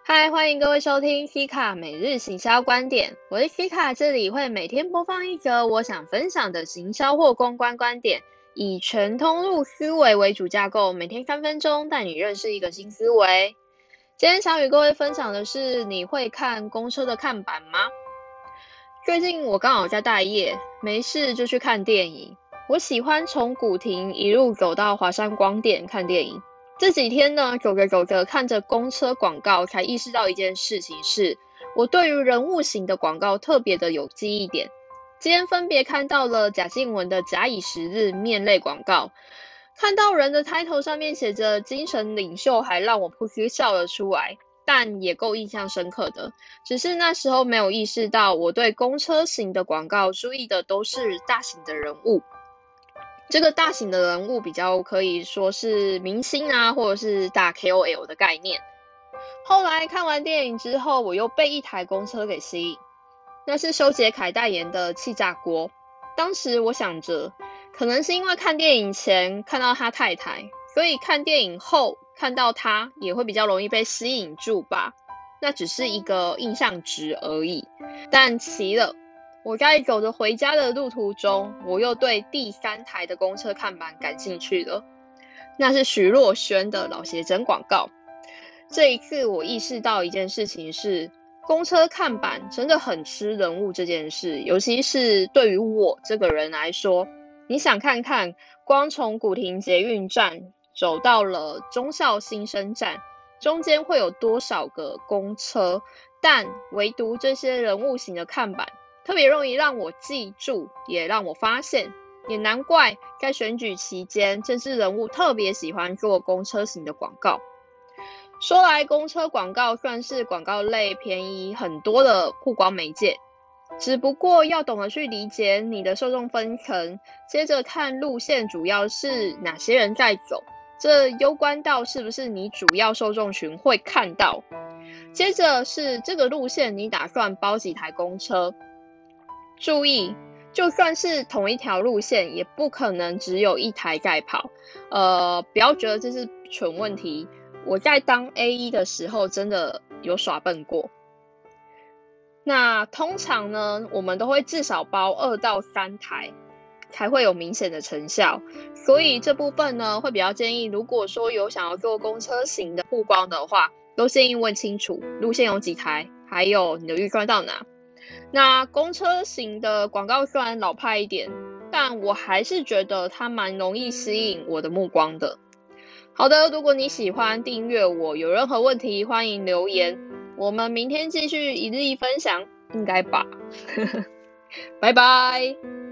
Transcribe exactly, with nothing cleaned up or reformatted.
嗨，欢迎各位收听 Fika 每日行销观点，我是 Fika，这里会每天播放一则我想分享的行销或公关观点，以全通路思维为主架构，每天三分钟带你认识一个新思维。今天想与各位分享的是，你会看公车的看板吗？最近我刚好在待业，没事就去看电影。我喜欢从古亭一路走到华山光电看电影。这几天呢，走着走着，看着公车广告，才意识到一件事情是，我对于人物型的广告特别的有记忆点。今天分别看到了贾静雯的假以时日面类广告，看到人的 title 上面写着精神领袖，还让我噗嗤笑了出来，但也够印象深刻的。只是那时候没有意识到，我对公车型的广告注意的都是大型的人物。这个大型的人物比较可以说是明星啊，或者是大 K O L 的概念。后来看完电影之后，我又被一台公车给吸引，那是修杰楷代言的气炸锅。当时我想着，可能是因为看电影前看到他太太，所以看电影后看到他也会比较容易被吸引住吧。那只是一个印象值而已。但奇了，我在走着回家的路途中，我又对第三台的公车看板感兴趣了。那是徐若瑄的老鞋枕广告。这一次我意识到一件事情是，公车看板真的很吃人物这件事，尤其是对于我这个人来说。你想看看，光从古亭捷运站走到了忠孝新生站，中间会有多少个公车，但唯独这些人物型的看板特别容易让我记住，也让我发现，也难怪在选举期间，政治人物特别喜欢做公车型的广告。说来，公车广告算是广告类便宜很多的曝光媒介，只不过要懂得去理解你的受众分层，接着看路线主要是哪些人在走，这攸关到是不是你主要受众群会看到。接着是这个路线你打算包几台公车。注意，就算是同一条路线，也不可能只有一台在跑。呃，不要觉得这是蠢问题。我在当 A 一 的时候，真的有耍笨过。那通常呢，我们都会至少包二到三台，才会有明显的成效。所以这部分呢，会比较建议，如果说有想要做公车型的曝光的话，都建议问清楚路线有几台，还有你的预算到哪。那公车型的广告虽然老派一点，但我还是觉得它蛮容易吸引我的目光的。好的，如果你喜欢订阅我，有任何问题欢迎留言。我们明天继续一日一分享，应该吧？拜拜。